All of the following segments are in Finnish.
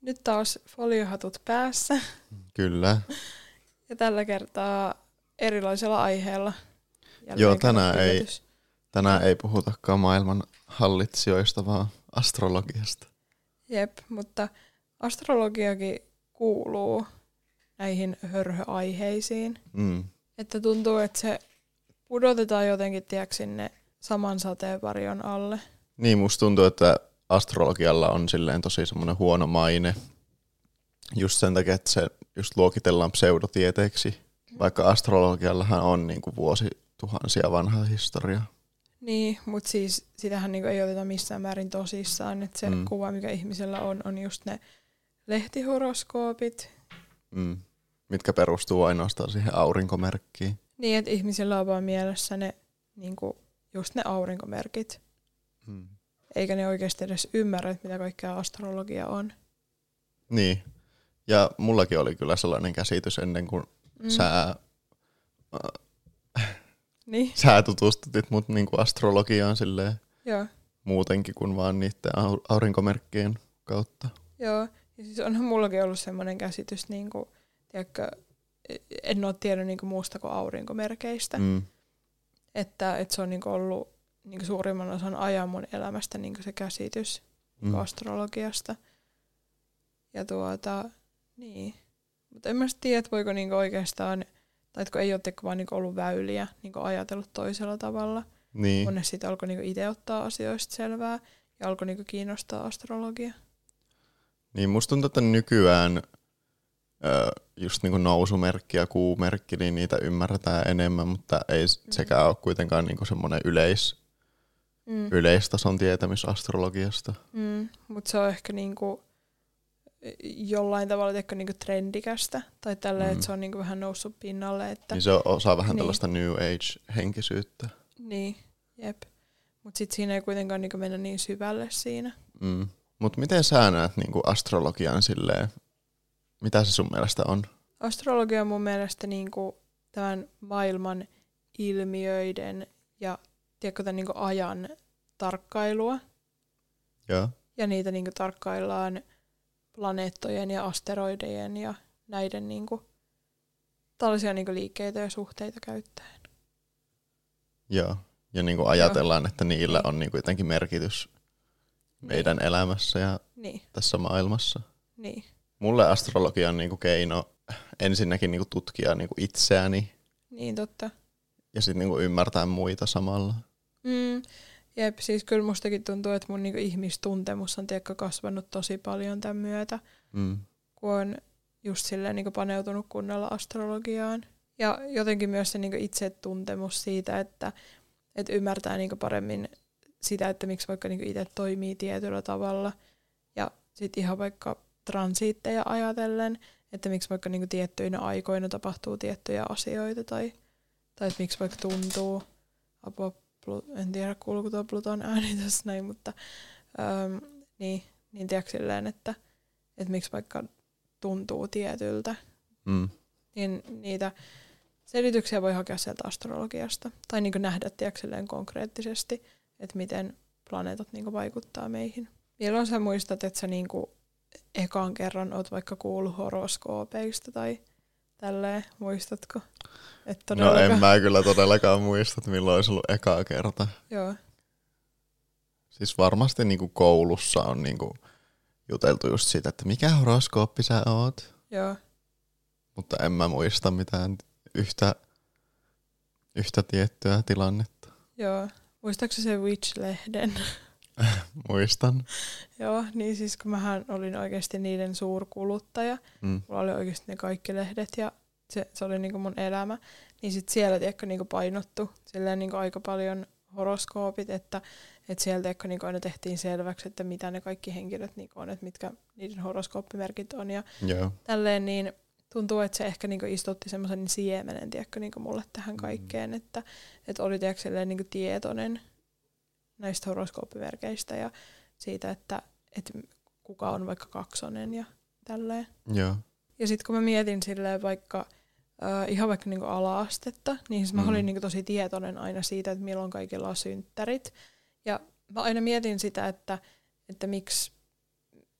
Nyt taas foliohatut päässä. Kyllä. Ja tällä kertaa erilaisella aiheella. Joo, tänään ei puhutakaan maailman hallitsijoista, vaan astrologiasta. Jep, mutta astrologiakin kuuluu näihin hörhöaiheisiin. Että tuntuu, että se pudotetaan jotenkin sinne saman sateenvarjon alle. Niin, musta tuntuu, että astrologialla on silleen tosi semmoinen huono maine. Just sen takia, että se just luokitellaan pseudotieteeksi, vaikka astrologiallahan on niinku vuosituhansia vanha historia. Niin, mutta siis sitähän niinku ei oteta missään määrin tosissaan, että se kuva, mikä ihmisellä on just ne lehtihoroskoopit. Mitkä perustuu ainoastaan siihen aurinkomerkkiin. Niin, että ihmisillä on vaan mielessä ne, niinku, just ne aurinkomerkit. Eikä ne oikeasti edes ymmärrä, mitä kaikkea astrologia on. Niin, ja mullakin oli kyllä sellainen käsitys ennen kuin sä tutustutit mut niinku astrologiaan silleen. Joo. Muutenkin kuin vaan niiden aurinkomerkkien kautta. Joo, ja siis onhan mullakin ollut semmoinen käsitys, niinku, tiedätkö, en ole tiennyt niinku muusta kuin aurinkomerkeistä. Että se on niinku ollut niinku suurimman osan ajan mun elämästä niinku se käsitys niinku astrologiasta. Ja niin. Mutta en mä tiedä, että voiko niinku oikeastaan, tai kun ei ole vaan niinku ollut väyliä niinku ajatellut toisella tavalla. Niin. Kunnes sitten alkoi niinku itse ottaa asioista selvää ja alkoi niinku kiinnostaa astrologia. Niin musta tuntuu, että nykyään just niinku nousumerkki ja kuumerkki, niin niitä ymmärretään enemmän, mutta ei sekään ole kuitenkaan niinku semmoinen yleistason tietämys astrologiasta. Mutta se on ehkä niinku jollain tavalla niinku trendikästä, tai tälleen, että se on niinku vähän noussut pinnalle. Että niin se osaa vähän tällaista New Age-henkisyyttä. Niin, jep. Mutta sitten siinä ei kuitenkaan niinku mennä niin syvälle siinä. Mutta miten sä näet niinku astrologian silleen, mitä se sun mielestä on? Astrologia on mun mielestä niinku tämän maailman ilmiöiden ja tiedätkö, tämän niinku ajan tarkkailua. Joo. Ja niitä niinku tarkkaillaan planeettojen ja asteroidien ja näiden niinku tällaisia niinku liikkeitä ja suhteita käyttäen. Joo. Ja niinku ajatellaan, että niillä on niinku jotenkin merkitys meidän elämässä ja tässä maailmassa. Niin. Mulle astrologia on niinku keino ensinnäkin niinku tutkia niinku itseäni. Niin, totta. Ja sitten niinku ymmärtää muita samalla. Jep, siis kyllä mustakin tuntuu, että mun niinku ihmistuntemus on kasvanut tosi paljon tämän myötä, kun on just silleen niinku paneutunut kunnolla astrologiaan. Ja jotenkin myös se niinku itsetuntemus siitä, että ymmärtää niinku paremmin sitä, että miksi vaikka niinku itse toimii tietyllä tavalla. Ja sitten ihan vaikka transiitteja ajatellen, että miksi vaikka niinku tiettyinä aikoina tapahtuu tiettyjä asioita, tai että miksi vaikka tuntuu, en tiedä kuuluuko tuo Pluton ääni tässä näin, mutta niin tiedätkö silleen, että miksi vaikka tuntuu tietyltä. Niin niitä selityksiä voi hakea sieltä astrologiasta. Tai niin nähdä tiedätkö konkreettisesti, että miten planeetat niin vaikuttaa meihin. Milloin sä muistat, että sä niin ekan kerran oot vaikka kuullut horoskoopeista tai tälleen, muistatko? No en mä kyllä todellakaan muista, että milloin olisi ollut ekaa kerta. Joo. Siis varmasti niinku koulussa on niinku juteltu just siitä, että mikä horoskooppi sä oot. Joo. Mutta en mä muista mitään yhtä tiettyä tilannetta. Joo. Muistatko se Witch-lehden? Muistan. Joo, niin siis kun mähän olin oikeasti niiden suurkuluttaja. Mulla oli oikeasti ne kaikki lehdet ja se oli niinku mun elämä. Niin sit siellä tiedätkö niinku painottu silleen niinku aika paljon horoskoopit, että siellä tiedätkö niinku aina tehtiin selväksi, että mitä ne kaikki henkilöt niinku on, että mitkä niiden horoskooppimerkit on ja tälleen, niin tuntuu, että se ehkä niinku istutti semmoisen siemenen tiedätkö niinku mulle tähän kaikkeen, että oli tiedätkö silleen niinku tietoinen näistä horoskooppimerkeistä ja siitä, että kuka on vaikka kaksonen ja tälleen. Joo. Ja sitten kun mä mietin silleen vaikka ihan vaikka niinku ala-astetta, niin siis mä olin niinku tosi tietoinen aina siitä, että milloin kaikilla on synttärit. Ja mä aina mietin sitä, että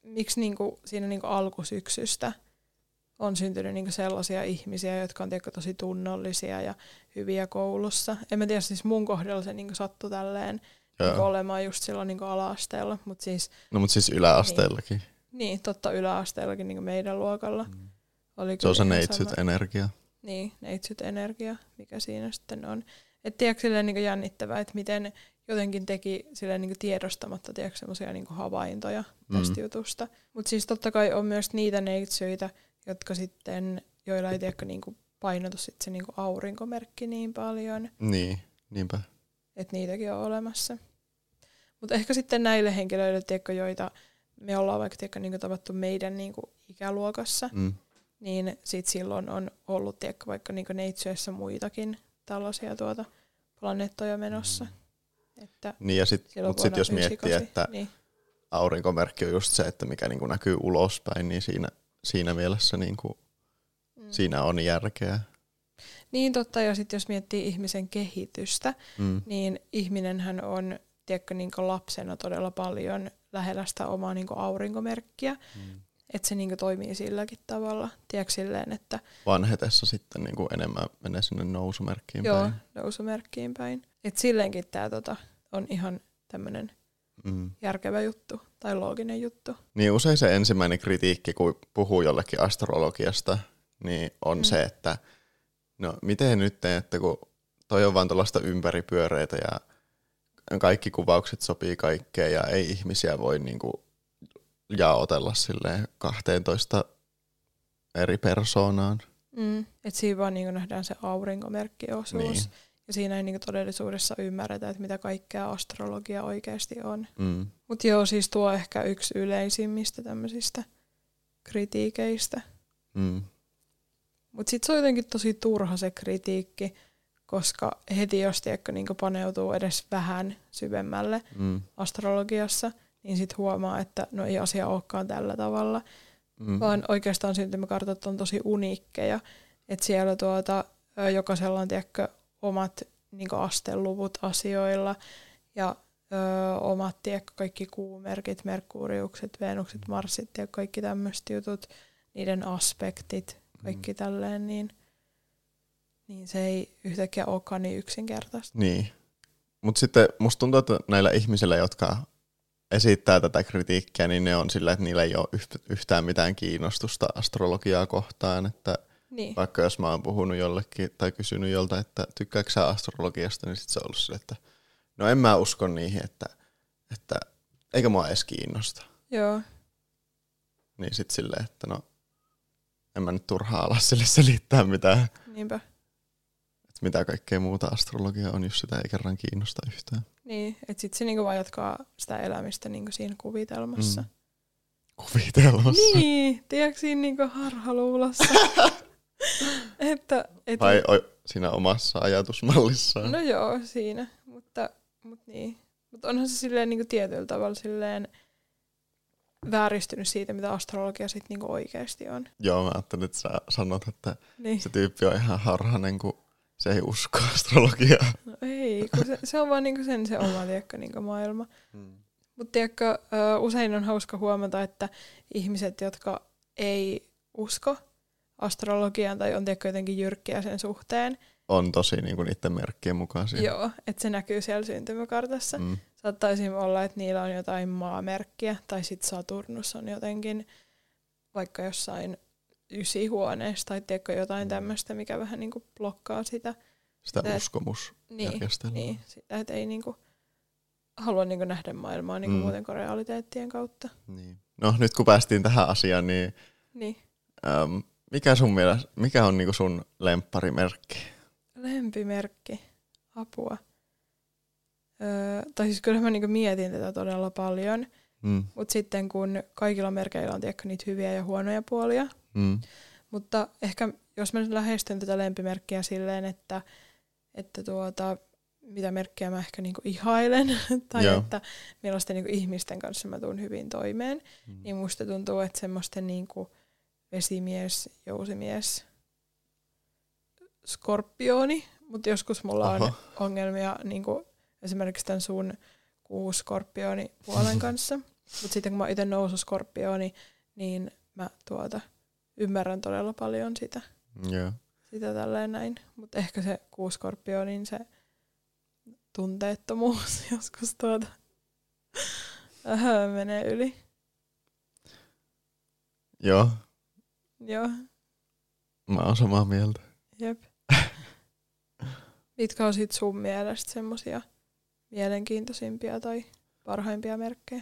miksi niinku siinä niinku alkusyksystä on syntynyt niinku sellaisia ihmisiä, jotka on tosi tunnollisia ja hyviä koulussa. En mä tiedä, siis mun kohdalla se niinku sattui tälleen niinku olemaan just silloin niinku ala-asteella. Mut siis yläasteellakin. Niin, totta, yläasteellakin niinku meidän luokalla. Oli se on se neitsyt-energia. Niin, neitsyt-energia, mikä siinä sitten on. Et tiedätkö silleen niinku jännittävää, että miten jotenkin teki silleen niinku tiedostamatta semmoisia niinku havaintoja tästä jutusta. Mutta siis totta kai on myös niitä neitsyitä, jotka sitten, joilla ei niinku painotu sit se niinku aurinkomerkki niin paljon. Niin, niinpä. Että niitäkin on olemassa. Mutta ehkä sitten näille henkilöille, joita me ollaan vaikka niinku tavattu meidän niinku ikäluokassa, niin sit silloin on ollut vaikka niinku neitsyessä muitakin tällaisia planeettoja menossa. Että niin ja mutta sitten jos miettii, että niin. Aurinkomerkki on just se, että mikä niinku näkyy ulospäin, niin siinä mielessä niinku, siinä on järkeä. Niin totta, ja sitten jos miettii ihmisen kehitystä, niin ihminenhän on niinku lapsena todella paljon lähellä sitä omaa niinku aurinkomerkkiä. Että se niinku toimii silläkin tavalla. Tiedätkö silleen, että vanhetessa sitten niinku enemmän menee sinne nousumerkkiin päin. Joo, nousumerkkiin päin. Että silleenkin tämä on ihan tämmöinen järkevä juttu tai looginen juttu. Niin usein se ensimmäinen kritiikki, kun puhuu jollekin astrologiasta, niin on se, että no miten nyt, että kun toi on vaan tuollaista ympäripyöreitä ja kaikki kuvaukset sopii kaikkeen ja ei ihmisiä voi niinku jaotella silleen 12 eri persoonaan. Että siinä vaan niinku nähdään se aurinkomerkkiosuus. Niin. Ja siinä ei niinku todellisuudessa ymmärretä, että mitä kaikkea astrologia oikeasti on. Mutta joo, siis tuo ehkä yksi yleisimmistä tämmöisistä kritiikeistä. Mutta sitten se on jotenkin tosi turha se kritiikki, koska heti jos niinku paneutuu edes vähän syvemmälle astrologiassa, niin sitten huomaa, että no ei asia olekaan tällä tavalla, vaan oikeastaan syntymäkartat on tosi uniikkeja. Että siellä jokaisella on omat niinku asteluvut asioilla ja omat kaikki kuumerkit, merkuriukset, venukset, marssit ja kaikki tämmöiset jutut, niiden aspektit, kaikki tälleen, niin se ei yhtäkkiä olekaan niin yksinkertaista. Niin, mutta sitten musta tuntuu, että näillä ihmisillä, jotka esittää tätä kritiikkiä, niin ne on sillä, että niillä ei ole yhtään mitään kiinnostusta astrologiaa kohtaan, että niin. Vaikka jos mä oon puhunut jollekin tai kysynyt jolta, että tykkääkö sä astrologiasta, niin sit se on ollut sille, että no en mä usko niihin, että eikä mua edes kiinnosta. Joo. Niin sit silleen, että no en mä nyt turhaa ala sille selittää mitään. Niinpä. Että mitä kaikkea muuta astrologia on, jos sitä ei kerran kiinnosta yhtään. Niin, että sit se niinku vaan jatkaa sitä elämistä niinku siinä kuvitelmassa. Kuvitelmassa? Niin, tiedätkö siinä niinku harhaluulossa? Vai siinä omassa ajatusmallissaan? No joo, siinä, mutta niin. Mutta onhan se silleen niinku tietyllä tavalla silleen vääristynyt siitä, mitä astrologia sitten niinku oikeasti on. Joo, mä ajattelin, että sä sanot, että se tyyppi on ihan harhainen, kun se ei usko astrologiaa. No ei, kun se on vaan niinku se oma niinku maailma. Mutta usein on hauska huomata, että ihmiset, jotka ei usko astrologiaan tai on jotenkin jyrkkiä sen suhteen, on tosi niinku niiden merkkien mukaisia. Joo, että se näkyy siellä syntymäkartassa. Saattaa esimerkiksi olla, että niillä on jotain maamerkkiä, tai sitten Saturnus on jotenkin vaikka jossain 9-huoneessa, tai tiedätkö jotain tämmöistä, mikä vähän niinku blokkaa sitä uskomusjärjestelmää. Niin, sitä, että ei niinku halua niinku nähdä maailmaa niinku muuten kuin realiteettien kautta. Niin. No nyt kun päästiin tähän asiaan, niin. Mikä on niinku sun lempparimerkki? Lempimerkki? Apua. Tai siis kyllä mä niinku mietin tätä todella paljon, mutta sitten kun kaikilla merkeillä on niitä hyviä ja huonoja puolia, mutta ehkä jos mä nyt lähestyn tätä lempimerkkiä silleen, että mitä merkkiä mä ehkä niinku ihailen, tai että millaisten niinku ihmisten kanssa mä tuun hyvin toimeen, niin musta tuntuu, että semmoisten niinku vesimies, jousimies, skorpioni, mutta joskus mulla on ongelmia niinku esimerkiksi tämän sun kuuskorpioni puolen kanssa. Mutta sitten kun mä itse noususkorpiooni, niin mä ymmärrän todella paljon sitä. Joo. Sitä tälleen näin. Mutta ehkä se kuuskorpioonin se tunteettomuus joskus menee yli. Joo. Joo. Mä oon samaa mieltä. Jep. Mitkä on sit sun mielestä semmosia mielenkiintoisimpia tai parhaimpia merkkejä?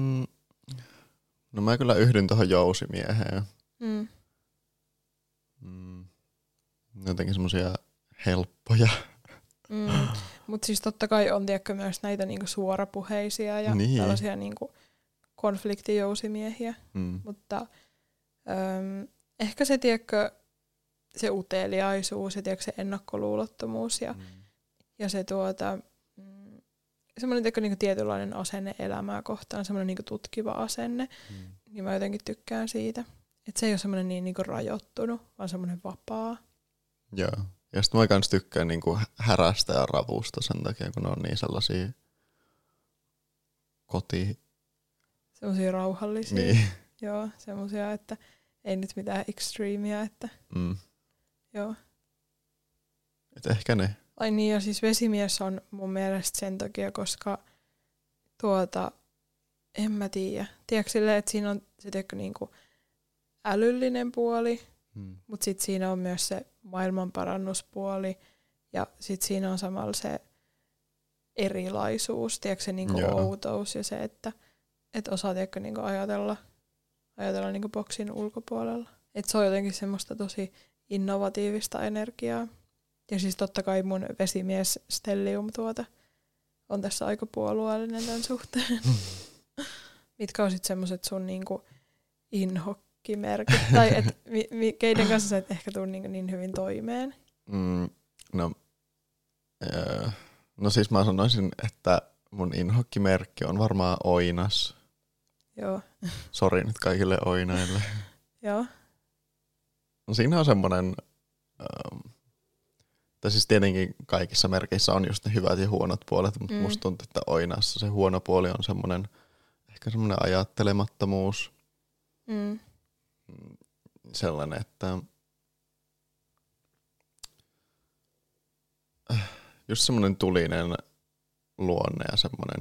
No mä kyllä yhdyn tuohon jousimieheen. Jotenkin semmosia helppoja. Mutta siis totta kai on tiedätkö, myös näitä niinku suorapuheisia ja tällaisia niinku konfliktijousimiehiä. Mutta ehkä se, tiedätkö, se uteliaisuus ja tiedätkö, se ennakkoluulottomuus ja se semmoinen niinku tietynlainen asenne elämää kohtaan, semmoinen niinku tutkiva asenne, niin mä jotenkin tykkään siitä. Että se ei ole semmoinen niin niinku rajoittunut, vaan semmoinen vapaa. Joo. Ja sitten mä kans tykkään niinku härästä ja ravusta sen takia, kun ne on niin sellaisia semmoisia rauhallisia. Niin. Joo, semmoisia, että ei nyt mitään extreemia, että joo. Et ehkä ne. Ai niin, ja siis vesimies on mun mielestä sen takia, koska en mä tiedä. Tiedätkö silleen, että siinä on se niinku älyllinen puoli, mutta sitten siinä on myös se maailmanparannuspuoli, ja sitten siinä on samalla se erilaisuus, tiedätkö se niinku outous ja se, että osaa tiedätkö, niinku ajatella niinku boksin ulkopuolella. Että se on jotenkin semmoista tosi innovatiivista energiaa. Ja siis totta kai mun vesimies Stellium on tässä aika puolueellinen tämän suhteen. Mitkä on sitten semmoiset sun niinku inhokkimerkit? Tai keiden kanssa sä et ehkä tuu niin hyvin toimeen? No siis mä sanoisin, että mun inhokkimerkki on varmaan oinas. Joo. Sori nyt kaikille oinaille. Joo. No siinä on semmoinen, tai siis tietenkin kaikissa merkeissä on just ne hyvät ja huonot puolet, mutta musta tuntuu, että oinassa se huono puoli on semmoinen, ehkä semmoinen ajattelemattomuus. Sellainen, että just semmoinen tulinen luonne ja semmoinen,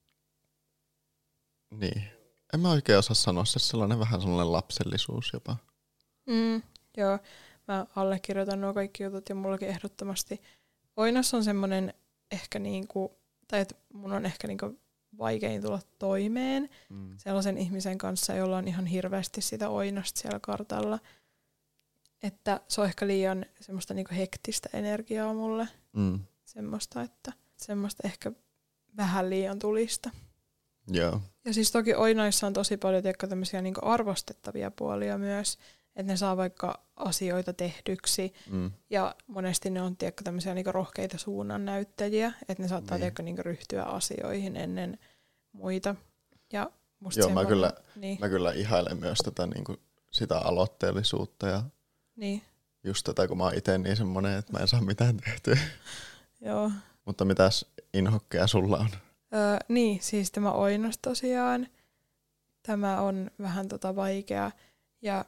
niin, en mä oikein osaa sanoa, se sellainen vähän sellainen lapsellisuus jopa. Joo, mä allekirjoitan nuo kaikki jutut ja mullakin ehdottomasti oinas on semmoinen ehkä niinku, tai että mun on ehkä niinku vaikein tulla toimeen sellaisen ihmisen kanssa, jolla on ihan hirveästi sitä oinasta siellä kartalla. Että se on ehkä liian semmoista niinku hektistä energiaa mulle. Semmoista, että semmoista ehkä vähän liian tulista. Joo. Ja siis toki oinaissa on tosi paljon tämmöisiä niinku arvostettavia puolia myös, että ne saa vaikka asioita tehdyksi ja monesti ne on tämmöisiä niinku rohkeita suunnannäyttäjiä, että ne saattaa niinku ryhtyä asioihin ennen muita. Ja musta joo, mä kyllä ihailen myös tätä niinku sitä aloitteellisuutta ja just tätä, kun mä oon ite niin semmonen, että mä en saa mitään tehtyä. Joo. Mutta mitäs inhokkeja sulla on? Niin, siis tämä oinas tosiaan. Tämä on vähän vaikea. Ja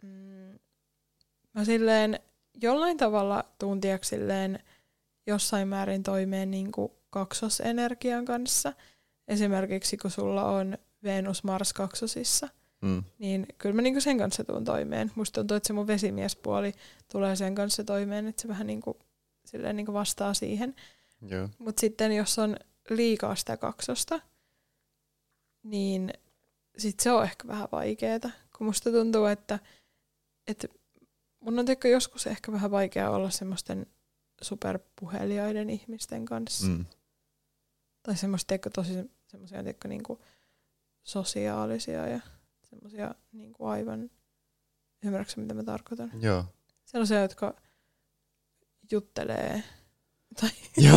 mä silleen jollain tavalla tuun silleen jossain määrin toimeen niinku kaksosenergian kanssa. Esimerkiksi kun sulla on Venus-Mars kaksosissa, niin kyllä mä niinku sen kanssa tuun toimeen. Musta tuntuu, että se mun vesimiespuoli tulee sen kanssa toimeen, että se vähän niinku, silleen niinku vastaa siihen. Mutta sitten jos on liikaa sitä kaksosta, niin sit se on ehkä vähän vaikeeta. Kun musta tuntuu, että mun on joskus ehkä vähän vaikea olla semmoisten superpuheliaiden ihmisten kanssa. Tai semmoista tosi semmoisia niinku sosiaalisia ja semmoisia niinku aivan, ymmärrätkö mitä mä tarkoitan? Joo. Sellaisia, jotka juttelee. Tai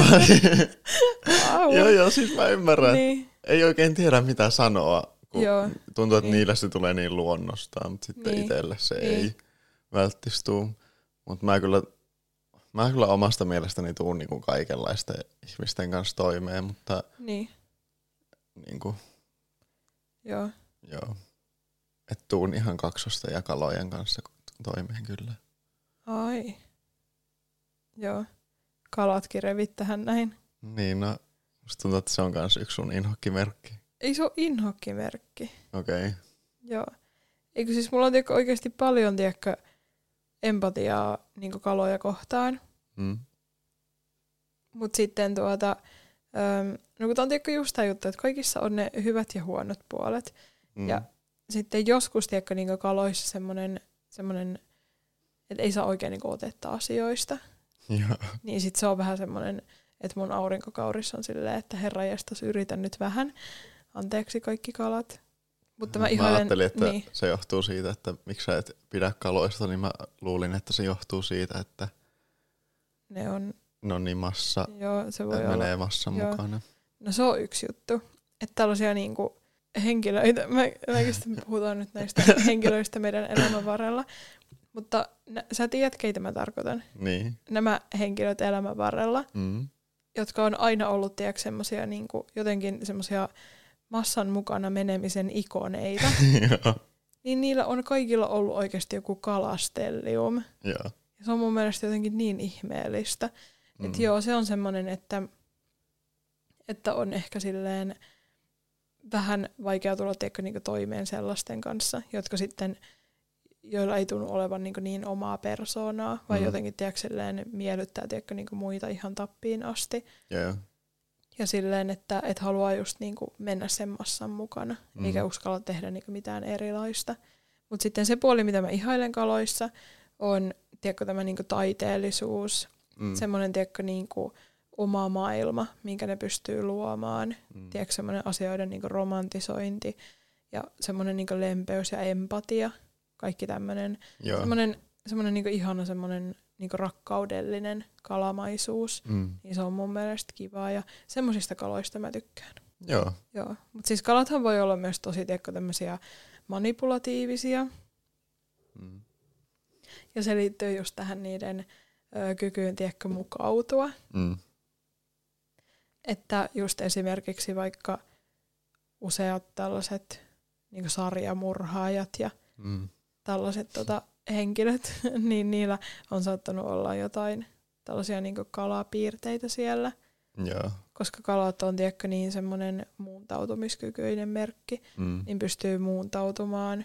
joo, siis mä ymmärrän. Niin. Ei oikein tiedä mitä sanoa, kun tuntuu, että niillä se tulee niin luonnostaan, mutta sitten itselle se ei välttistuu. Mutta mä kyllä omasta mielestäni tuun niinku kaikenlaisten ihmisten kanssa toimeen, mutta niinku, Joo. Joo. Et tuun ihan kaksosta ja kalojen kanssa toimeen kyllä. Ai. Joo. Kalatkin revit tähän näin. Niin, no musta tuntuu, että se on kans yksi sun inhokkimerkki. Ei se ole inhokkimerkki. Okei. Okay. Joo. Eikö siis mulla on oikeasti paljon empatiaa niin kaloja kohtaan. Mut sitten no kun on just tämä juttu, että kaikissa on ne hyvät ja huonot puolet. Ja sitten joskus niin kaloissa semmoinen, että ei saa oikein niin otetta asioista. Joo. Niin sitten se on vähän semmoinen, että mun aurinkokaurissa on silleen, että herranjestas, yritän nyt vähän. Anteeksi kaikki kalat. Mutta mä ajattelin, että se johtuu siitä, että miksi sä et pidä kaloista, niin mä luulin, että se johtuu siitä, että ne on niin massa, joo, se voi menee massan mukana. No se on yksi juttu. Että tällaisia niinku henkilöitä, me puhutaan nyt näistä henkilöistä meidän elämän varrella, mutta sä tiedät, keitä mä tarkoitan. Niin. Nämä henkilöt elämän varrella, jotka on aina ollut semmoisia niinku, jotenkin semmoisia massan mukana menemisen ikoneita, niin niillä on kaikilla ollut oikeasti joku kalastellium. Ja se on mun mielestä jotenkin niin ihmeellistä. Että joo, se on semmoinen, että on ehkä silleen vähän vaikea tulla niinku toimeen sellaisten kanssa, jotka sitten, joilla ei tunnu olevan niin omaa persoonaa, vai jotenkin miellyttää niinku muita ihan tappiin asti. Yeah. Ja silleen, että haluaa just niinku mennä sen massan mukana, eikä uskalla tehdä niinku mitään erilaista. Mutta sitten se puoli, mitä mä ihailen kaloissa, on tämä niinku taiteellisuus, semmoinen niinku oma maailma, minkä ne pystyy luomaan. Semmoinen asioiden niinku romantisointi ja semmoinen niinku lempeys ja empatia. Kaikki tämmöinen. Semmoinen niinku ihana semmoinen niinku rakkaudellinen kalamaisuus. Niin se on mun mielestä kivaa ja semmoisista kaloista mä tykkään. Joo. Mutta siis kalathan voi olla myös tosi tämmöisiä manipulatiivisia. Ja se liittyy just tähän niiden kykyyn mukautua. Että just esimerkiksi vaikka useat tällaiset niin sarjamurhaajat ja tällaiset henkilöt, niin niillä on saattanut olla jotain tällaisia niin kalapiirteitä siellä. Joo. Koska kalat on niin semmoinen muuntautumiskykyinen merkki, niin pystyy muuntautumaan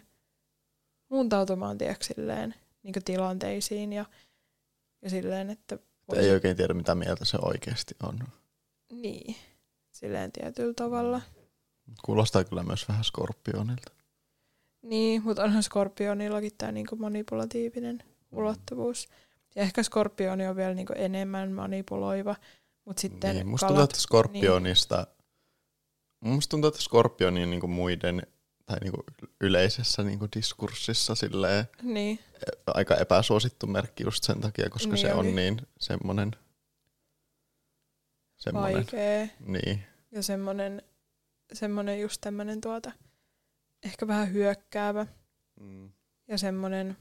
silleen, niin tilanteisiin ja silleen, että ei oikein tiedä, mitä mieltä se oikeasti on. Niin, silleen tietyllä tavalla. Kuulostaa kyllä myös vähän Skorpionilta. Niin, mutta onhan Skorpionillakin tämä niinku manipulatiivinen ulottuvuus. Ja ehkä Skorpioni on vielä niinku enemmän manipuloiva, mutta sitten niin, musta tuntuu, että Skorpioni on niinku muiden tai niinku yleisessä niinku diskurssissa silleen aika epäsuosittu merkki just sen takia, koska se on niin semmoinen vaikea. Niin. Ja semmoinen just tämmöinen ehkä vähän hyökkäävä. Ja semmoinen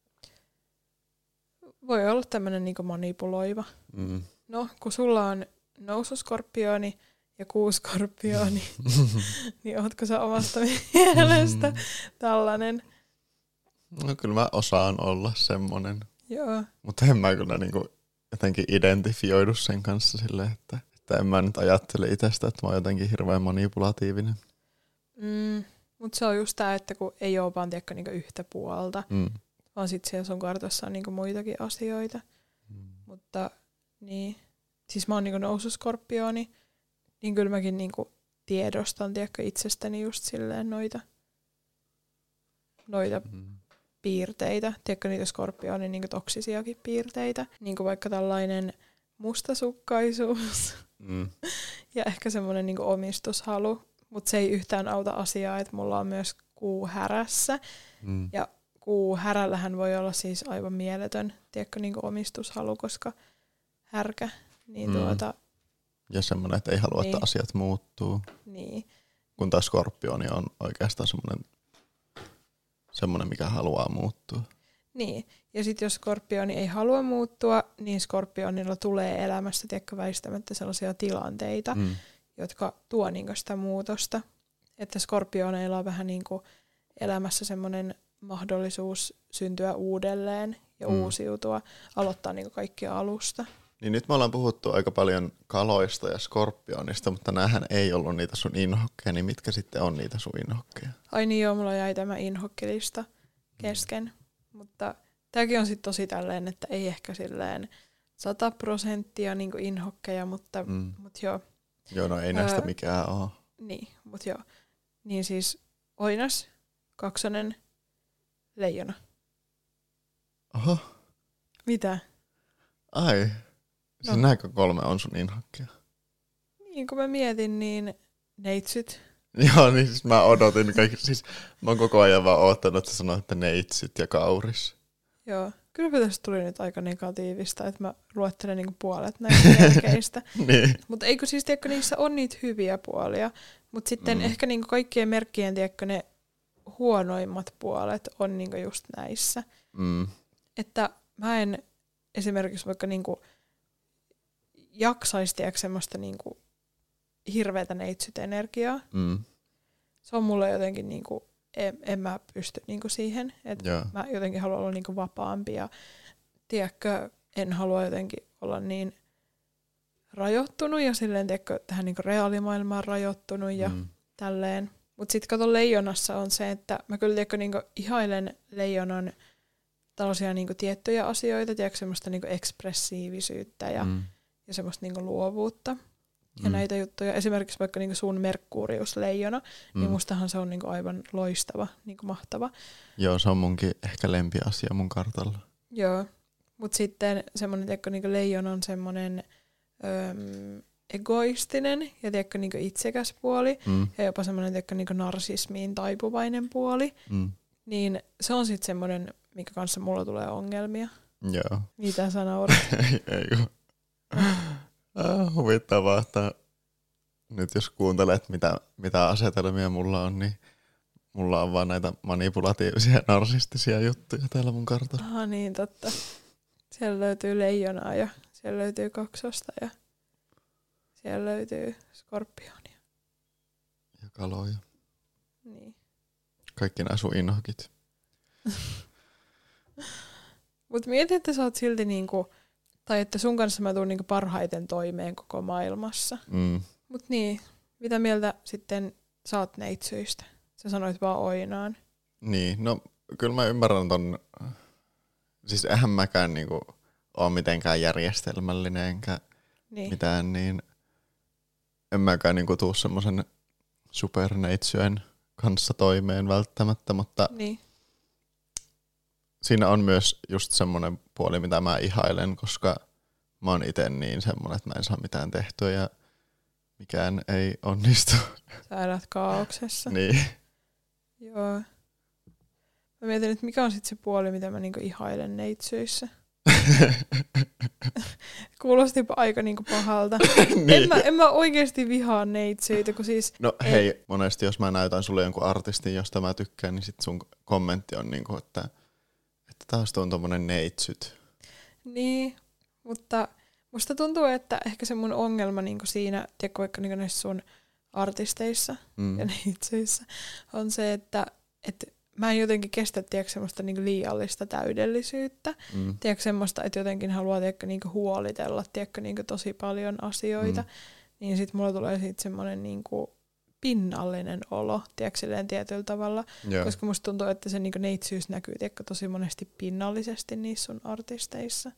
voi olla tämmöinen niinku manipuloiva. No, kun sulla on noususkorpioni ja kuuskorpioni, niin ootko sä omasta mielestä tällainen? No kyllä mä osaan olla semmonen. Joo. Mutta en mä kyllä niinku jotenkin identifioidu sen kanssa silleen, että en mä nyt ajattele itsestä, että mä oon jotenkin hirveän manipulatiivinen. Mutta se on just tää, että kun ei oo vaan niinku yhtä puolta, vaan sit siellä sun kartassa on niinku muitakin asioita. Mutta niin, siis mä oon niinku noususkorpioni, niin kyllä mäkin niinku tiedostan itsestäni just silleen noita piirteitä, niitä skorpionin niinku toksisiakin piirteitä, niinku vaikka tällainen mustasukkaisuus ja ehkä semmoinen niinku omistushalu, mutta se ei yhtään auta asiaa, että mulla on myös kuu härässä ja kuu härällähän voi olla siis aivan mieletön niinku omistushalu, koska härkä, niin ja semmoinen, että ei halua, että asiat muuttuu. Niin. Kun taas skorpioni on oikeastaan semmoinen, mikä haluaa muuttua. Niin. Ja sitten jos skorpioni ei halua muuttua, niin skorpionilla tulee elämässä väistämättä sellaisia tilanteita, jotka tuo niinku sitä muutosta. että skorpioneilla on vähän niin kuin elämässä semmoinen mahdollisuus syntyä uudelleen ja uusiutua, aloittaa niin kuin kaikkia alusta. Niin nyt me ollaan puhuttu aika paljon kaloista ja skorpionista, mutta näähän ei ollut niitä sun inhokkeja, niin mitkä sitten on niitä sun inhokkeja? Ai niin joo, mulla jäi tämä inhokkelista kesken, mutta tämäkin on sitten tosi tälleen, että ei ehkä silleen 100% niin kuin inhokkeja, mutta joo. Joo, no ei näistä mikään ole. Niin, mutta joo. Niin siis Oinas, Kaksonen, Leijona. Oho. Mitä? Ai. Siis näkö 3 on sun inhokkeja? Niin, kun mä mietin, niin neitsyt. Joo, niin siis mä odotin kaikki. Siis mä oon koko ajan vaan oottanut, että sä sanoit, että neitsyt ja kauris. Joo. Kyllä tästä tuli nyt aika negatiivista, että mä luettelen niinku puolet näistä merkeistä. Niin. Mutta eikö siis, tiedätkö, niissä on niitä hyviä puolia, mutta sitten ehkä niinku kaikkien merkkien, tiedätkö, ne huonoimmat puolet on niinku just näissä. Että mä en esimerkiksi vaikka niinku jaksaisi, tiedätkö, semmoista niinku hirveätä neitsyt-energiaa. Se on mulle jotenkin niinku, en mä pysty niinku siihen, että mä jotenkin haluan olla niinku vapaampi ja tiedätkö, en halua jotenkin olla niin rajoittunut ja silleen, tiedätkö, tähän niinku reaalimaailmaan rajoittunut ja tälleen. Mutta sitten kato, Leijonassa on se, että mä kyllä tiedätkö, niinku ihailen Leijonan tällaisia niinku tiettyjä asioita, tiedätkö, semmoista niinku ekspressiivisyyttä ja semmoista niinku luovuutta. Ja näitä juttuja. Esimerkiksi vaikka niinku sun Merkurius Leijona, niin mustahan se on niinku aivan loistava, niinku mahtava. Joo, se on munkin ehkä lempiasia mun kartalla. Joo, mutta sitten semmoinen, tiedätkö, niinku Leijona on semmoinen egoistinen ja tiedätkö, niinku itsekäs puoli ja jopa semmoinen, tiedätkö, niinku narsismiin taipuvainen puoli. Niin se on sitten semmoinen, minkä kanssa mulla tulee ongelmia. Joo. Mitä sä naurat? Ei huvittavaa, että nyt jos kuuntelet, mitä asetelmia mulla on, niin mulla on vaan näitä manipulatiivisia ja narsistisia juttuja täällä mun kartalla. Aha, niin totta. Siellä löytyy Leijonaa ja siellä löytyy Kaksosta ja siellä löytyy Skorpionia. Ja kaloja. Niin. Kaikki nämä sun inhokit. Mut mieti, että sä oot silti niinku, tai että sun kanssa mä tuun niinku parhaiten toimeen koko maailmassa. Mut niin, mitä mieltä sitten sä oot neitsyistä? Sä sanoit vaan Oinaan. Niin, no kyllä mä ymmärrän ton, siis eihän mäkään niinku ole mitenkään järjestelmällinen enkä mitään, niin en mäkään niinku tuu semmosen superneitsyön kanssa toimeen välttämättä, mutta siinä on myös just semmoinen puoli, mitä mä ihailen, koska mä oon ite niin semmoinen, että mä en saa mitään tehtyä ja mikään ei onnistu. Sä elät kaauksessa. Niin. Joo. Mä mietin, että mikä on sitten se puoli, mitä mä niinku ihailen neitsyissä. Kuulostipa aika niinku pahalta. Niin. En mä oikeesti vihaa neitsyitä, kun siis... No hei, monesti jos mä näytän sulle jonkun artistin, josta mä tykkään, niin sit sun kommentti on niinku, että taas on tommonen neitsyt. Niin, mutta musta tuntuu, että ehkä se mun ongelma niinku siinä, tiedätkö, vaikka niinku näissä sun artisteissa ja neitsyissä, on se, että mä en jotenkin kestä, tiedätkö, semmoista niinku liiallista täydellisyyttä. Tiedätkö, semmoista, että jotenkin haluaa, tiedätkö, niinku huolitella, tiedätkö, niinku tosi paljon asioita. Niin sit mulla tulee siitä semmoinen niinku pinnallinen olo, tiedätkö, silleen tietyllä tavalla. Yeah. Koska musta tuntuu, että se niinku neitsyys näkyy, tiedätkö, tosi monesti pinnallisesti niissä sun artisteissa.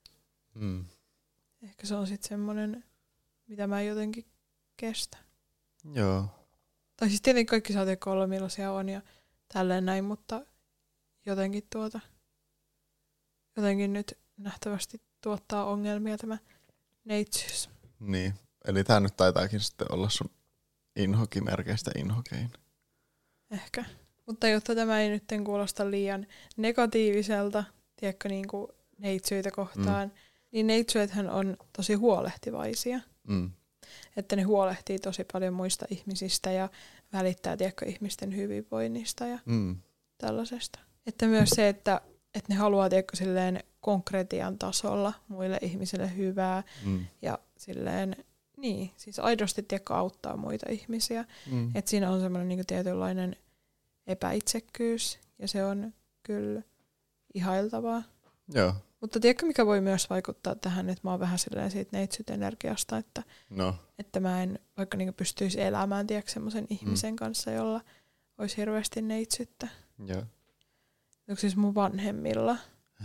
Ehkä se on sit semmoinen, mitä mä jotenkin kestän. Joo. Tai siis tietenkin kaikki saa tiedätkö olla millaisia on ja tälleen näin, mutta jotenkin jotenkin nyt nähtävästi tuottaa ongelmia tämä neitsyys. Niin, eli tää nyt taitaakin sitten olla sun inhokimerkeistä inhokein. Ehkä. Mutta jotta tämä ei nyt kuulosta liian negatiiviselta, tiedätkö, niin kuin neitsyitä kohtaan, niin neitsyethän on tosi huolehtivaisia. Että ne huolehtii tosi paljon muista ihmisistä ja välittää, tiedätkö, ihmisten hyvinvoinnista ja tällaisesta. Että myös se, että ne haluaa, tiedätkö, silleen konkretian tasolla muille ihmisille hyvää ja silleen, niin, siis aidosti tiedätkö, auttaa muita ihmisiä. Että siinä on semmoinen niin tietynlainen epäitsekkyys ja se on kyllä ihailtavaa. Joo. Mutta tiedätkö, mikä voi myös vaikuttaa tähän, että mä oon vähän silleen siitä neitsyt-energiasta, että mä en vaikka niin pystyisi elämään semmoisen ihmisen kanssa, jolla olisi hirveästi neitsyttä. Joo. Onko siis mun vanhemmilla?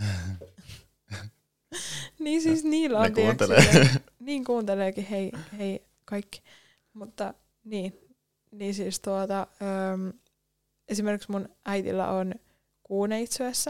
Niin siis niillä on, ne kuuntelee. Niin kuunteleekin, hei kaikki. Mutta niin siis esimerkiksi mun äitillä on kuuneitsyessä.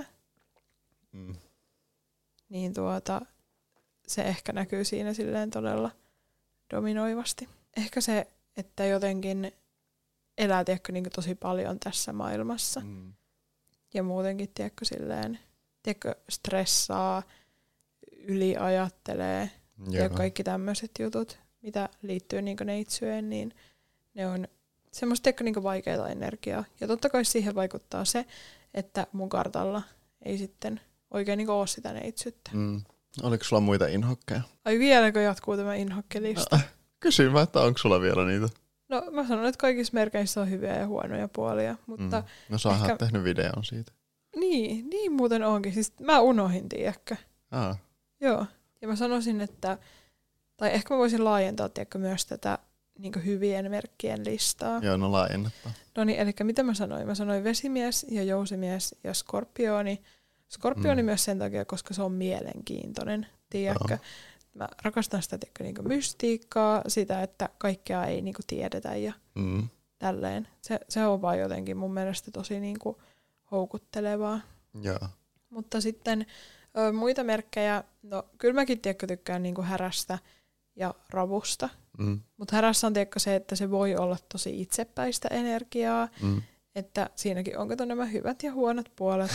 Niin se ehkä näkyy siinä silleen todella dominoivasti. Ehkä se, että jotenkin elää niin tosi paljon tässä maailmassa. Ja muutenkin silleen, stressaa, yliajattelee ja kaikki tämmöiset jutut, mitä liittyy niin neitsyeen, niin ne on semmoista niin vaikeaa energiaa. Ja totta kai siihen vaikuttaa se, että mun kartalla ei sitten oikein niin ole sitä neitsyttä. Oliko sulla muita inhokkeja? Ai vieläkö jatkuu tämä inhokkelista? Kysyn mä, että onko sulla vielä niitä? No mä sanon, että kaikissa merkeissä on hyviä ja huonoja puolia, mutta no sä oot tehnyt videon siitä. Niin muuten onkin. Siis mä unohdin, tiedätkö? Joo. Ja mä sanoisin, että tai ehkä mä voisin laajentaa myös tätä niin hyvien merkkien listaa. Joo, no laajennettaan. No niin, eli mitä mä sanoin? Mä sanoin vesimies ja jousimies ja skorpioni. Skorpioni myös sen takia, koska se on mielenkiintoinen, tiedätkö? Mä rakastan sitä niin mystiikkaa, sitä, että kaikkea ei niin tiedetä ja tälleen. Se on vaan jotenkin mun mielestä tosi niin houkuttelevaa. Joo. Mutta sitten muita merkkejä, no kyllä mäkin tykkään niin härästä ja ravusta. Mutta härässä on se, että se voi olla tosi itsepäistä energiaa, että siinäkin onko nämä hyvät ja huonot puolet.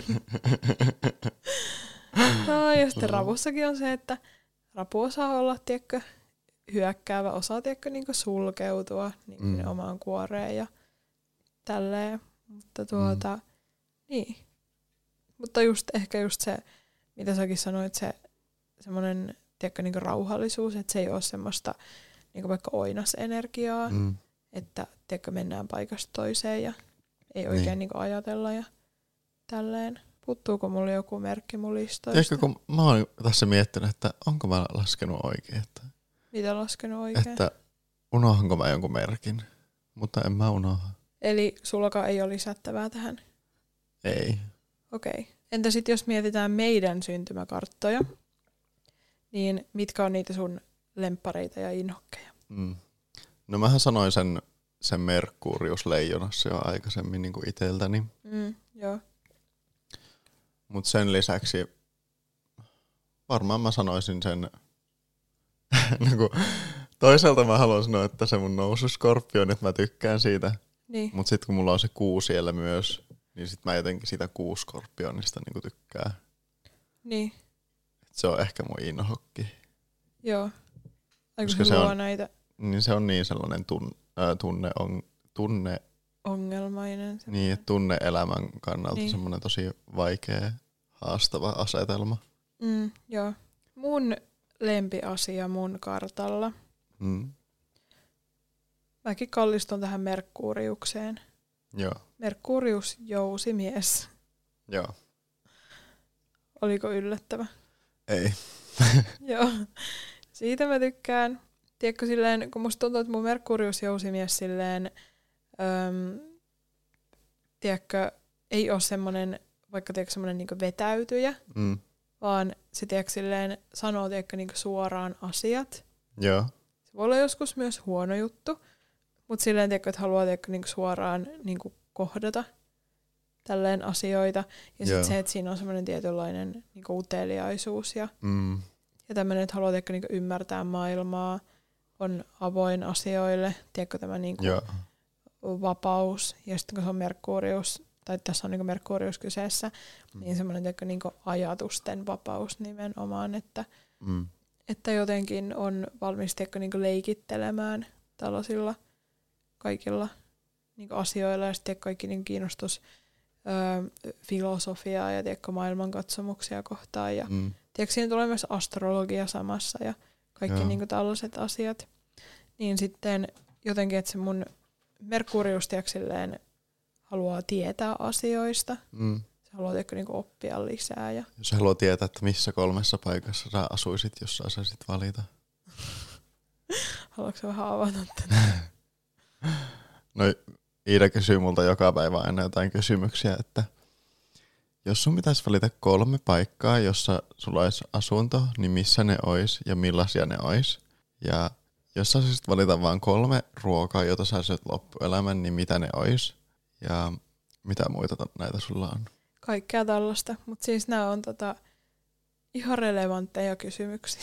No, ja sitten ravussakin on se, että rapu osaa olla, hyökkäävä, osaa, niin sulkeutua niin omaan kuoreen ja tälleen. Mutta niin. Mutta ehkä just se, mitä säkin sanoit, se semmoinen, niin rauhallisuus, että se ei ole semmoista niin vaikka oinasenergiaa, että mennään paikasta toiseen ja ei oikein niin ajatella ja tälleen. Puuttuuko mulla joku merkki mun listoista? Ehkä kun mä oon tässä miettinyt, että onko mä laskenut oikein. Että, mitä laskenut oikein? Että unohanko mä jonkun merkin, mutta en mä unoha. Eli sullakaan ei ole lisättävää tähän? Ei. Okei. Entä sitten jos mietitään meidän syntymäkarttoja, niin mitkä on niitä sun lemppareita ja inhokkeja? No mähän sanoin sen Merkurius leijonassa jo aikaisemmin niin kuin itseltäni. Joo. Mutta sen lisäksi varmaan mä sanoisin sen, toisaalta mä haluan sanoa, että se mun noususkorpion, että mä tykkään siitä. Niin. Mutta sitten kun mulla on se kuu siellä myös, niin sit mä jotenkin sitä kuuskorpionista niin tykkään. Niin. Et se on ehkä mun inhokki. Joo. Aika hyvä näitä. Niin se on niin sellainen tunne ongelmainen. Niin, että tunne-elämän kannalta semmoinen tosi vaikea, haastava asetelma. Joo. Mun lempiasia mun kartalla. Mäkin kallistun tähän Merkuriukseen. Joo. Merkurius jousimies. Joo. Oliko yllättävä? Ei. Joo. Siitä mä tykkään. Tiedätkö silleen, kun musta tuntuu, että mun Merkurius jousimies silleen, tiedätkö, ei ole semmoinen, vaikka tiedätkö semmoinen niinku vetäytyjä, vaan se tiedätkö silleen sanoo tiedätkö niinku suoraan asiat. Joo. Se voi olla joskus myös huono juttu, mutta silleen tiedätkö, että haluaa tiedätkö niinku suoraan niinku kohdata tälleen asioita. Ja sitten se, että siinä on semmoinen tietynlainen niinku uteliaisuus ja tämmöinen, että haluaa tiedätkö niinku ymmärtää maailmaa, on avoin asioille, tiedätkö tämä niinku vapaus, ja sitten kun se on Merkurius, tai tässä on niinku Merkurius kyseessä, niin semmoinen tiedätkö niinku ajatusten vapaus nimenomaan, että jotenkin on valmis tiedätkö niinku leikittelemään tällaisilla kaikilla niinku asioilla, ja sitten kaikki niinku kiinnostus filosofiaa ja tiedätkö maailmankatsomuksia kohtaan, ja tiedätkö siinä tulee myös astrologia samassa, ja kaikki niinku tällaiset asiat. niin sitten jotenkin, että se mun Merkurius silleen haluaa tietää asioista. Se haluaa niinku oppia lisää. Ja... Jos haluaa tietää, että missä 3 paikassa sä asuisit, jos sä saisit valita. Haluatko vähän avata tätä? No Iida kysyy multa joka päivä aina jotain kysymyksiä, että jos sun pitäisi valita 3 paikkaa, jossa sulla olisi asunto, niin missä ne olisi ja millaisia ne olisi? Ja jos sä saisit valita vain 3 ruokaa, jota sä saisit loppuelämän, niin mitä ne olisi? Ja mitä muita näitä sulla on? Kaikkea tällaista, mutta siis nämä on ihan relevantteja kysymyksiä.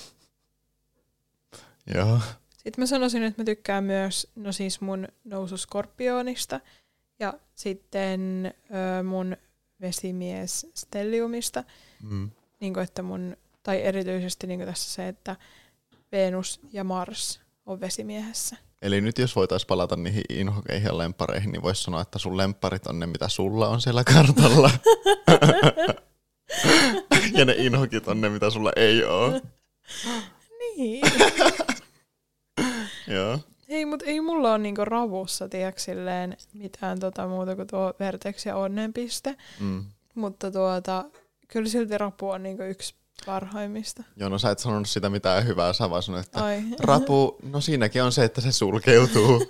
Joo. Sitten mä sanoisin, että mä tykkään myös mun nousu Skorpionista ja sitten mun vesimies Stelliumista. Niin kuin, että tai erityisesti niin kuin tässä se, että Venus ja Mars on vesimiehessä. Eli nyt jos voitaisiin palata niihin inhokeihin ja lemppareihin, niin voisi sanoa, että sun lempparit on ne, mitä sulla on siellä kartalla. Ja ne inhokit on ne, mitä sulla ei ole. Niin. Joo. Ei, mutta ei mulla ole niinku ravussa silleen mitään muuta kuin tuo Vertex ja onnenpiste. Mutta kyllä silti rapu on niinku yksi parhaimmista. Joo, no sä et sanonut sitä mitään hyvää, sä vaan sanoit, että rapu, no siinäkin on se, että se sulkeutuu.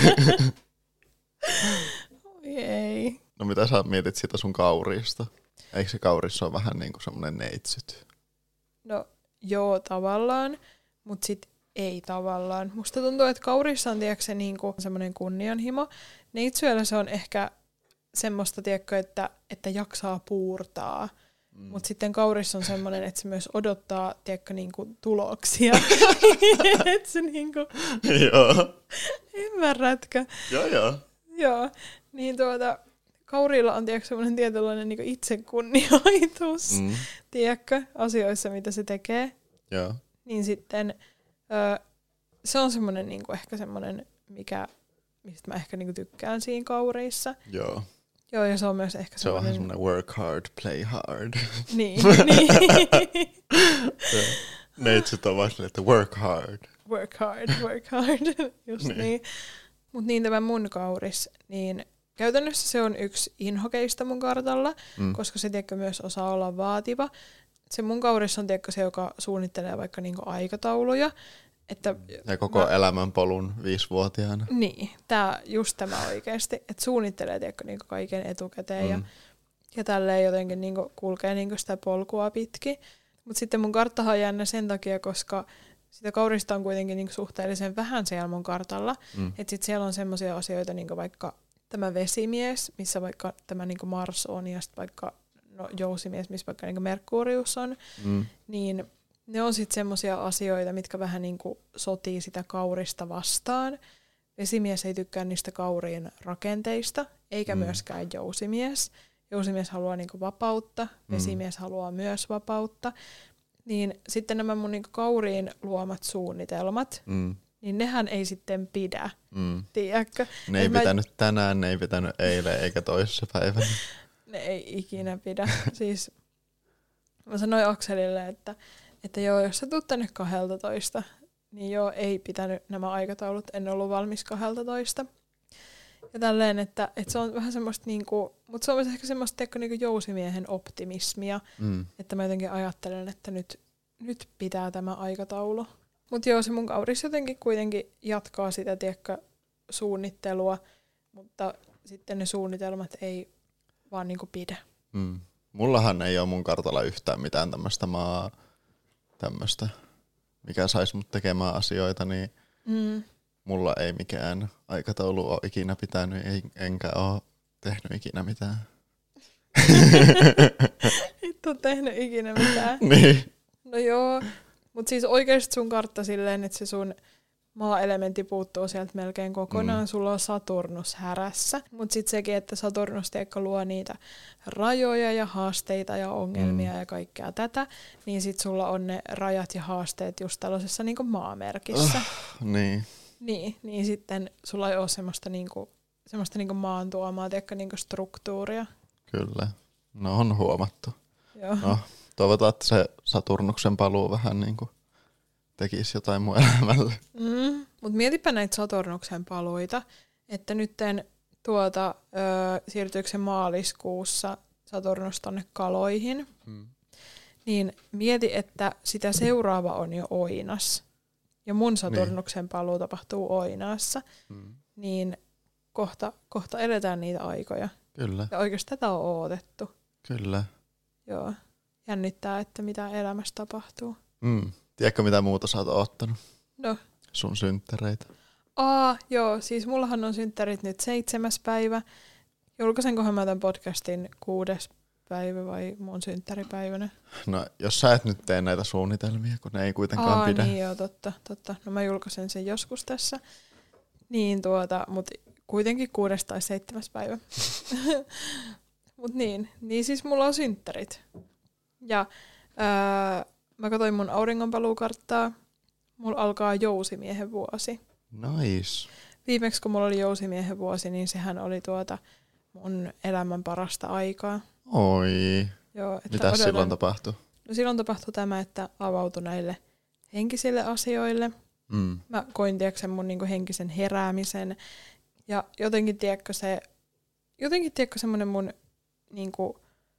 Oi ei. No mitä sä mietit siitä sun kauriista? Eikö se kaurissa ole vähän niinku semmoinen neitsyt? No joo, tavallaan, mutta sit ei tavallaan. Musta tuntuu, että kaurissa on se niinku semmoinen kunnianhimo. Neitsyellä se on ehkä semmoista, tiedätkö, että jaksaa puurtaa. Mutta sitten kaurissa on semmoinen, että se myös odottaa, tiedätkö, niinku tuloksia. Että se niinku... Joo. Ymmärrätkö? Joo. Joo. Niin kaurilla on, tiedätkö, semmoinen tietynlainen niinku itsekunnioitus, tiedätkö, asioissa, mitä se tekee. Joo. Niin sitten se on semmoinen niinku ehkä semmoinen, mistä mä ehkä niinku tykkään siinä kauriissa. Joo. Joo, ja se on myös ehkä semmoinen... Se on semmoinen work hard, play hard. Niin. Neitsyt on vaan silleen, että work hard. Work hard, just niin. Mutta niin tämä mun kauris, niin käytännössä se on yksi inhokeista mun kartalla, koska se tiedätkö myös osaa olla vaativa. Se mun kauris on tiedätkö se, joka suunnittelee vaikka niinku aikatauluja. Että ja koko elämänpolun 5-vuotiaana. Niin, just tämä oikeasti. Että suunnittelee tiedätkö, niinku kaiken etukäteen ja tälleen jotenkin niinku kulkee niinku sitä polkua pitkin. Mutta sitten mun karttahan on jännä sen takia, koska sitä kaurista on kuitenkin niinku suhteellisen vähän siellä mun kartalla. Että sitten siellä on semmoisia asioita, niinku vaikka tämä vesimies, missä vaikka tämä niinku Mars on, ja sitten vaikka jousimies, missä vaikka niinku Merkurius on, niin ne on sitten semmoisia asioita, mitkä vähän niinku sotii sitä kaurista vastaan. Vesimies ei tykkää niistä kauriin rakenteista, eikä myöskään jousimies. Jousimies haluaa niinku vapautta, vesimies haluaa myös vapautta. Niin sitten nämä mun niinku kauriin luomat suunnitelmat, niin nehän ei sitten pidä, tiedätkö? Ne ei pitänyt tänään, ne ei pitänyt eilen eikä toisessa päivänä. Ne ei ikinä pidä. Siis mä sanoin Akselille, että joo, jos sä tuut tänne 12, niin joo, ei pitänyt nämä aikataulut, en ollut valmis 12. Ja tälleen, että se on vähän semmoista niinku, mutta se on myös ehkä semmoista niinku jousimiehen optimismia, että mä jotenkin ajattelen, että nyt pitää tämä aikataulu. Mutta joo, se mun kauris jotenkin kuitenkin jatkaa sitä, tiedätkö, suunnittelua, mutta sitten ne suunnitelmat ei vaan niinku pidä. Mullahan ei ole mun kartalla yhtään mitään tämmöistä, mikä saisi mut tekemään asioita, niin mulla ei mikään aikataulu ole ikinä pitänyt, enkä ole tehnyt ikinä mitään. Et ole tehnyt ikinä mitään. Niin. No joo, mutta siis oikeasti sun kartta silleen, että se sun maa-elementti puuttuu sieltä melkein kokonaan. Sulla on Saturnus härässä, mutta sitten sekin, että Saturnus luo niitä rajoja ja haasteita ja ongelmia ja kaikkea tätä, niin sitten sulla on ne rajat ja haasteet just tällaisessa niinku maamerkissä. Niin. Niin sitten sulla ei ole semmoista niinku maan tuomaa, niinku struktuuria. Kyllä. No on huomattu. Joo. No, toivotaan, että se Saturnuksen paluu vähän niinku tekisi jotain mun elämälle. Mutta mietipä näitä Saturnuksen paluita, että nytten siirtyykö se maaliskuussa Saturnus tonne Kaloihin, niin mieti, että sitä seuraava on jo Oinas. Ja mun Saturnuksen paluu tapahtuu Oinaassa. Niin kohta eletään niitä aikoja. Kyllä. Ja oikeasti tätä on odotettu. Kyllä. Joo. Jännittää, että mitä elämässä tapahtuu. Tiedätkö, mitä muuta sä oot oottanut? No. Sun synttäreitä. Joo. Siis mullahan on synttärit nyt 7. päivä. Julkaisenkohan mä tämän podcastin 6. päivä vai mun synttäripäivänä? No, jos sä et nyt tee näitä suunnitelmia, kun ne ei kuitenkaan pidä. Niin joo, totta. No mä julkaisen sen joskus tässä. Niin mut kuitenkin 6. tai 7. päivä. Mut niin siis mulla on synttärit. Ja mä katsoin mun auringonpaluukarttaa. Mulla alkaa jousimiehen vuosi. Nice. Viimeksi kun mulla oli jousimiehen vuosi, niin sehän oli mun elämän parasta aikaa. Oi. Joo, mitä silloin tapahtui? No silloin tapahtui tämä, että avautui näille henkisille asioille. Mä koin, tiedätkö, mun niinku henkisen heräämisen. Ja jotenkin, tiedätkö, semmoinen mun niinku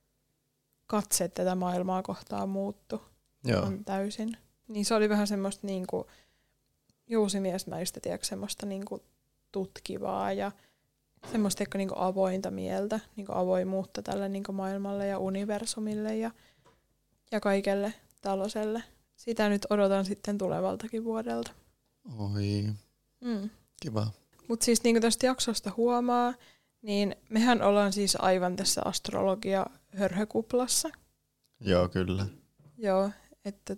katse tätä maailmaa kohtaan muuttui. Joo. On täysin. Niin se oli vähän semmoista niinku jousimiesmäistä, tiedätkö, semmoista niinku tutkivaa ja semmoista niinku avointa mieltä, niinku avoimuutta tälle niinku maailmalle ja universumille ja kaikelle tällaiselle. Sitä nyt odotan sitten tulevaltakin vuodelta. Oi, kiva. Mutta siis niin kuin tästä jaksosta huomaa, niin mehän ollaan siis aivan tässä astrologia-hörhökuplassa. Joo, kyllä. Joo, että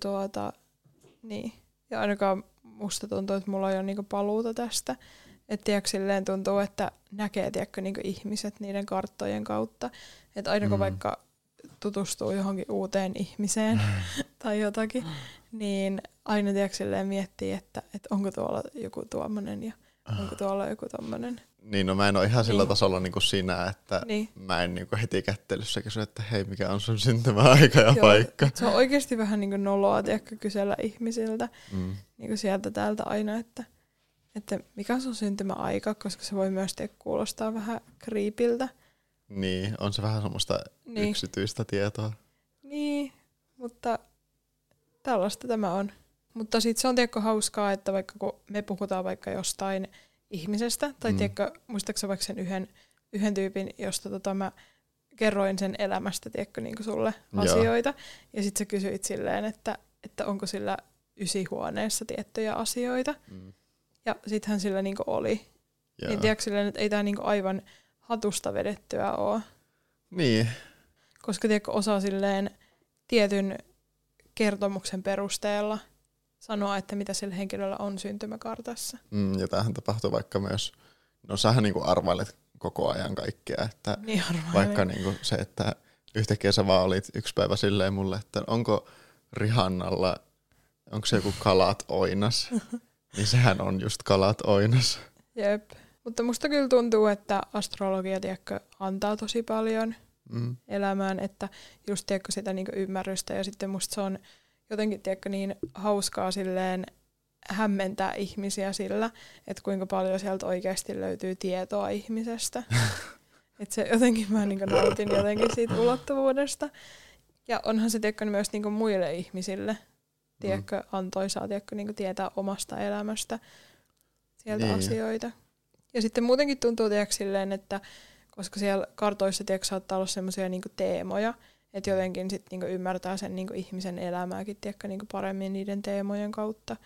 niin. Ja ainakaan musta tuntuu, että mulla on jo niinku paluuta tästä. Että tiedätkö, silleen tuntuu, että näkee niinku ihmiset niiden karttojen kautta. Että aina kun vaikka tutustuu johonkin uuteen ihmiseen tai jotakin, niin aina tiedätkö, silleen miettii, että onko tuolla joku tuommoinen ja onko tuolla joku tommoinen. Niin, no mä en ole ihan sillä tasolla niin kuin sinä, että mä en niin kuin heti kättelyssä kysy, että hei, mikä on sun syntymäaika ja paikka. Se on oikeasti vähän niin kuin noloa, tiedätkö, kysellä ihmisiltä niin kuin sieltä täältä aina, että mikä on sun syntymäaika, koska se voi myös kuulostaa vähän creepiltä. Niin, on se vähän semmoista yksityistä tietoa. Niin, mutta tällaista tämä on. Mutta sitten se on tiedätkö hauskaa, että vaikka kun me puhutaan vaikka jostain ihmisestä, tai tiedätkö, muistaaksä vaikka sen yhden tyypin, josta mä kerroin sen elämästä, tiedätkö, niin kuin sulle asioita, ja sitten sä kysyit silleen, että onko sillä 9 huoneessa tiettyjä asioita, ja sittenhän sillä niin kuin oli. Niin tiedätkö silleen, että ei tämä niin kuin aivan hatusta vedettyä ole. Niin. Koska tiedätkö, osaa silleen tietyn kertomuksen perusteella sanoa, että mitä sillä henkilöllä on syntymäkartassa. Ja tämähän tapahtuu vaikka myös, no sähän niinku arvailet koko ajan kaikkea, että niin vaikka niinku se, että yhtäkkiä sä vaan olit yksi päivä silleen mulle, että onko Rihannalla, onko se joku kalat oinas, niin sehän on just kalat oinas. Jep, mutta musta kyllä tuntuu, että astrologia, tiedätkö, antaa tosi paljon elämään, että just tiedätkö sitä niinku ymmärrystä ja sitten musta se on jotenkin tiedätkö, niin hauskaa silleen hämmentää ihmisiä sillä, että kuinka paljon sieltä oikeasti löytyy tietoa ihmisestä. Että se jotenkin mä niin nautin jotenkin siitä ulottuvuudesta. Ja onhan se tiedätkö, myös niin muille ihmisille tiedätkö, antoisaa tiedätkö, niin tietää omasta elämästä sieltä asioita. Ja sitten muutenkin tuntuu tiedätkö, silleen, että koska siellä kartoissa tiedätkö, saattaa olla semmoisia niin teemoja, että jotenkin sit niinku ymmärtää sen niinku ihmisen elämääkin tiedätkö, niinku paremmin niiden teemojen kautta.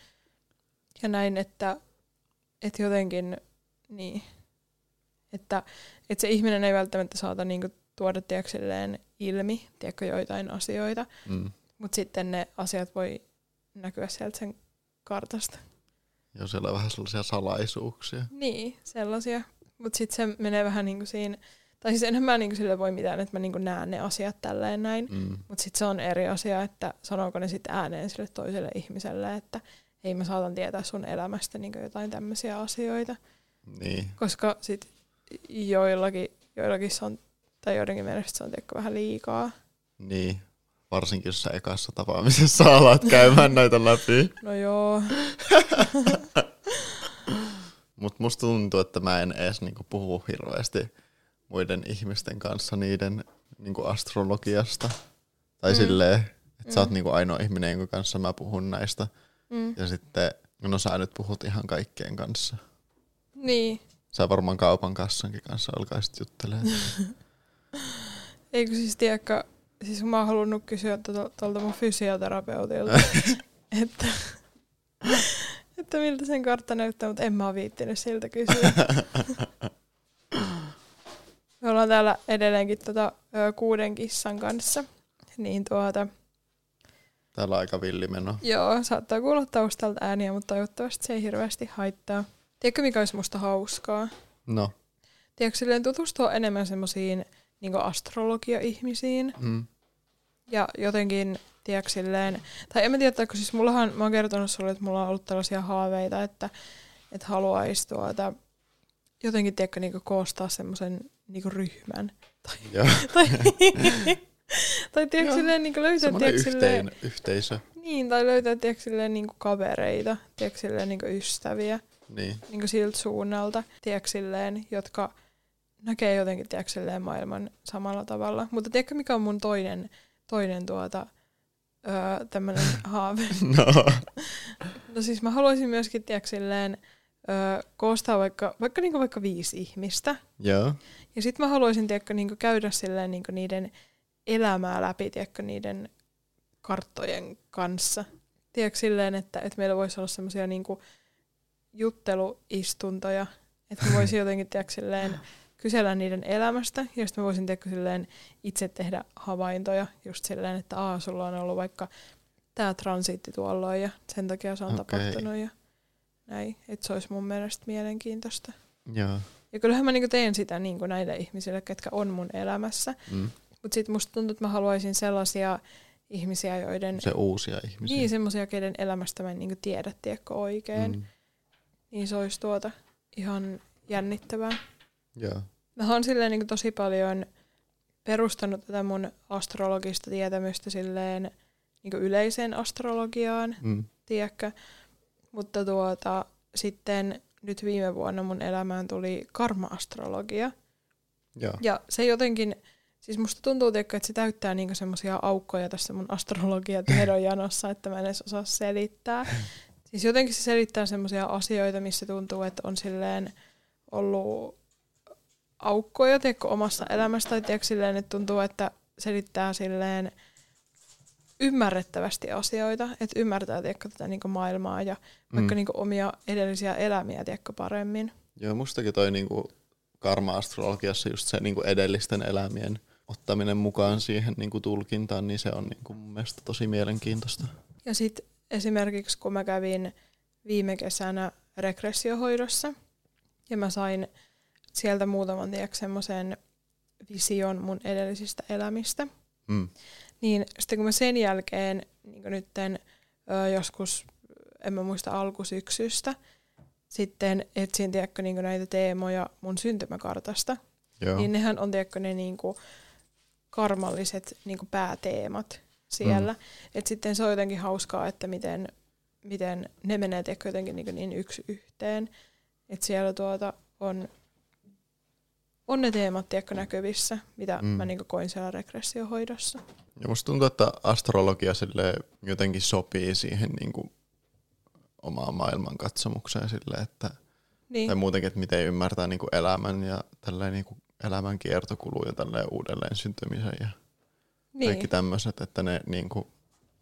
Ja näin, että jotenkin niin, että se ihminen ei välttämättä saata niinku tuoda tiedätkö, ilmi tiedätkö, joitain asioita, mutta sitten ne asiat voi näkyä sieltä sen kartasta. Joo, siellä on vähän sellaisia salaisuuksia. Niin, sellaisia. Mutta sitten se menee vähän niinku siinä. Tai siis enhän mä niinku sille voi mitään, että mä niinku näen ne asiat tälleen näin. Mutta sitten se on eri asia, että sanooko ne sitten ääneen sille toiselle ihmiselle, että hei mä saatan tietää sun elämästä niinku jotain tämmöisiä asioita. Niin. Koska sitten joillakin se on, tai joidenkin mielestä se on tiedätkö, vähän liikaa. Niin, varsinkin jos sä ekassa tapaamisessa alat käymään näitä läpi. No joo. Mutta musta tuntuu, että mä en edes niinku puhu hirveästi muiden ihmisten kanssa niiden niinku astrologiasta. Tai silleen, että sä oot niinku ainoa ihminen, jonka kanssa mä puhun näistä. Ja sitten, no sä nyt puhut ihan kaikkien kanssa. Niin. Sä varmaan kaupan kassankin kanssa alkaisit juttelemaan. Eikö siis tiedäkö, siis mä oon halunnut kysyä tuolta mun fysioterapeutilta, että miltä sen kartta näyttää, mutta en mä oo viittinyt siltä kysyä. Me ollaan täällä edelleenkin 6 kissan kanssa. Niin Täällä on aika villimeno. Joo, saattaa kuulla taustalta ääniä, mutta toivottavasti se ei hirveästi haittaa. Tiedätkö, mikä olisi musta hauskaa? No. Tiedätkö, silleen tutustua enemmän semmoisiin niin astrologia-ihmisiin. Ja jotenkin, tiedätkö, silleen, tai en mä tiedä, kun siis mä oon kertonut sulle, että mulla on ollut tällaisia haaveita, että haluaisi jotenkin, tiedätkö, niin koostaa semmoisen niin ryhmän. Tai tiedätkö, silleen niin löytää, tiedätkö, silleen yhteisö. Niin, tai löytää, tiedätkö, silleen niin kavereita, tiedätkö, silleen niin ystäviä. Niin siltä suunnalta, tiedätkö, silleen, jotka näkee jotenkin, tiedätkö, silleen maailman samalla tavalla. Mutta tiedätkö, mikä on mun toinen tämmönen haave? No siis mä haluaisin myöskin, tiedätkö, silleen, koostaa vaikka 5 ihmistä. Joo. Ja sit mä haluaisin, tiedätkö, niin käydä silleen niin niiden elämää läpi, tiedätkö, niiden karttojen kanssa. Tiedätkö, silleen, että meillä voisi olla semmoisia niin jutteluistuntoja, että mä voisin jotenkin, tiedätkö, silleen, kysellä niiden elämästä, ja sitten mä voisin, tiedätkö, silleen, itse tehdä havaintoja, just silleen, että sulla on ollut vaikka tää transiitti tuolloin, ja sen takia se on tapahtunut, ja näin, että se olisi mun mielestä mielenkiintoista. Joo. Ja kyllähän mä niinku teen sitä niinku näille ihmisille, ketkä on mun elämässä, mutta sitten musta tuntuu, että mä haluaisin sellaisia ihmisiä, joiden... Se uusia ihmisiä. Niin, semmoisia, keiden elämästä mä en niinku tiedä, tiedätkö, oikein. Niin se olisi ihan jännittävää. Joo. Mä oon silleen niin tosi paljon perustanut tätä mun astrologista tietämystä silleen niin yleiseen astrologiaan, tiedätkö? Mutta sitten nyt viime vuonna mun elämään tuli karma-astrologia. Joo. Ja se jotenkin, siis musta tuntuu, tiedätkö, että se täyttää niin semmoisia aukkoja tässä mun astrologiatiedon janossa, että mä en edes osaa selittää. Siis jotenkin se selittää semmoisia asioita, missä tuntuu, että on silleen ollut aukkoja, tiedätkö, omassa elämässä, tai tiedätkö, silleen, että tuntuu, että selittää silleen ymmärrettävästi asioita, että ymmärtää, tiedätkö, tätä niinku maailmaa ja vaikka niinku omia edellisiä elämiä, tiedätkö, paremmin. Joo, mustakin toi niinku karma-astrologiassa just se niinku edellisten elämien ottaminen mukaan siihen niinku tulkintaan, niin se on niinku mun mielestä tosi mielenkiintoista. Ja sitten esimerkiksi, kun mä kävin viime kesänä regressiohoidossa, ja mä sain sieltä muutaman, tiedätkö, semmoisen vision mun edellisistä elämistä, niin sitten kun mä sen jälkeen niin nytten joskus, en mä muista alkusyksystä, sitten etsin, tiedätkö, niin näitä teemoja mun syntymäkartasta, niin nehän on, tiedätkö, ne niin karmalliset niin pääteemat siellä. Et sitten se on jotenkin hauskaa, että miten ne menee, tiedätkö, jotenkin niin yksi yhteen. Että siellä on ne teemat, tiedätkö, näkyvissä, mitä mä niin koin siellä regressiohoidossa. Ja musta tuntuu, että astrologia jotenkin sopii siihen niin kuin omaan maailmankatsomukseen silleen, että tai muutenkin, että miten ymmärtää niin kuin elämän ja tälleen niin kuin elämän kiertokulu ja tälleen uudelleen syntymisen ja kaikki tämmöiset, että ne niin kuin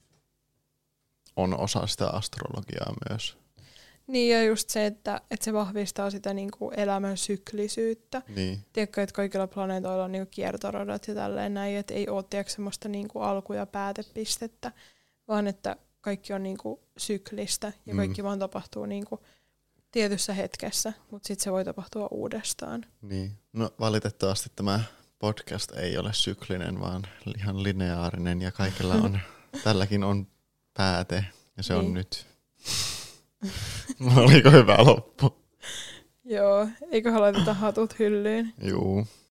on osa sitä astrologiaa myös. Niin, ja just se, että se vahvistaa sitä niinku elämän syklisyyttä. Niin. Tiedätkö, että kaikilla planeetoilla on niinku kiertorodat ja tälleen näin, että ei ole, tiedätkö, semmoista niinku alku- ja päätepistettä, vaan että kaikki on niinku syklistä ja kaikki vaan tapahtuu niinku tietyssä hetkessä, mutta sitten se voi tapahtua uudestaan. Niin. No valitettavasti tämä podcast ei ole syklinen, vaan ihan lineaarinen ja kaikilla on, tälläkin on pääte ja se on nyt. Oliko hyvä loppu? Joo, eiköhän laiteta hatut hyllyyn. Juu.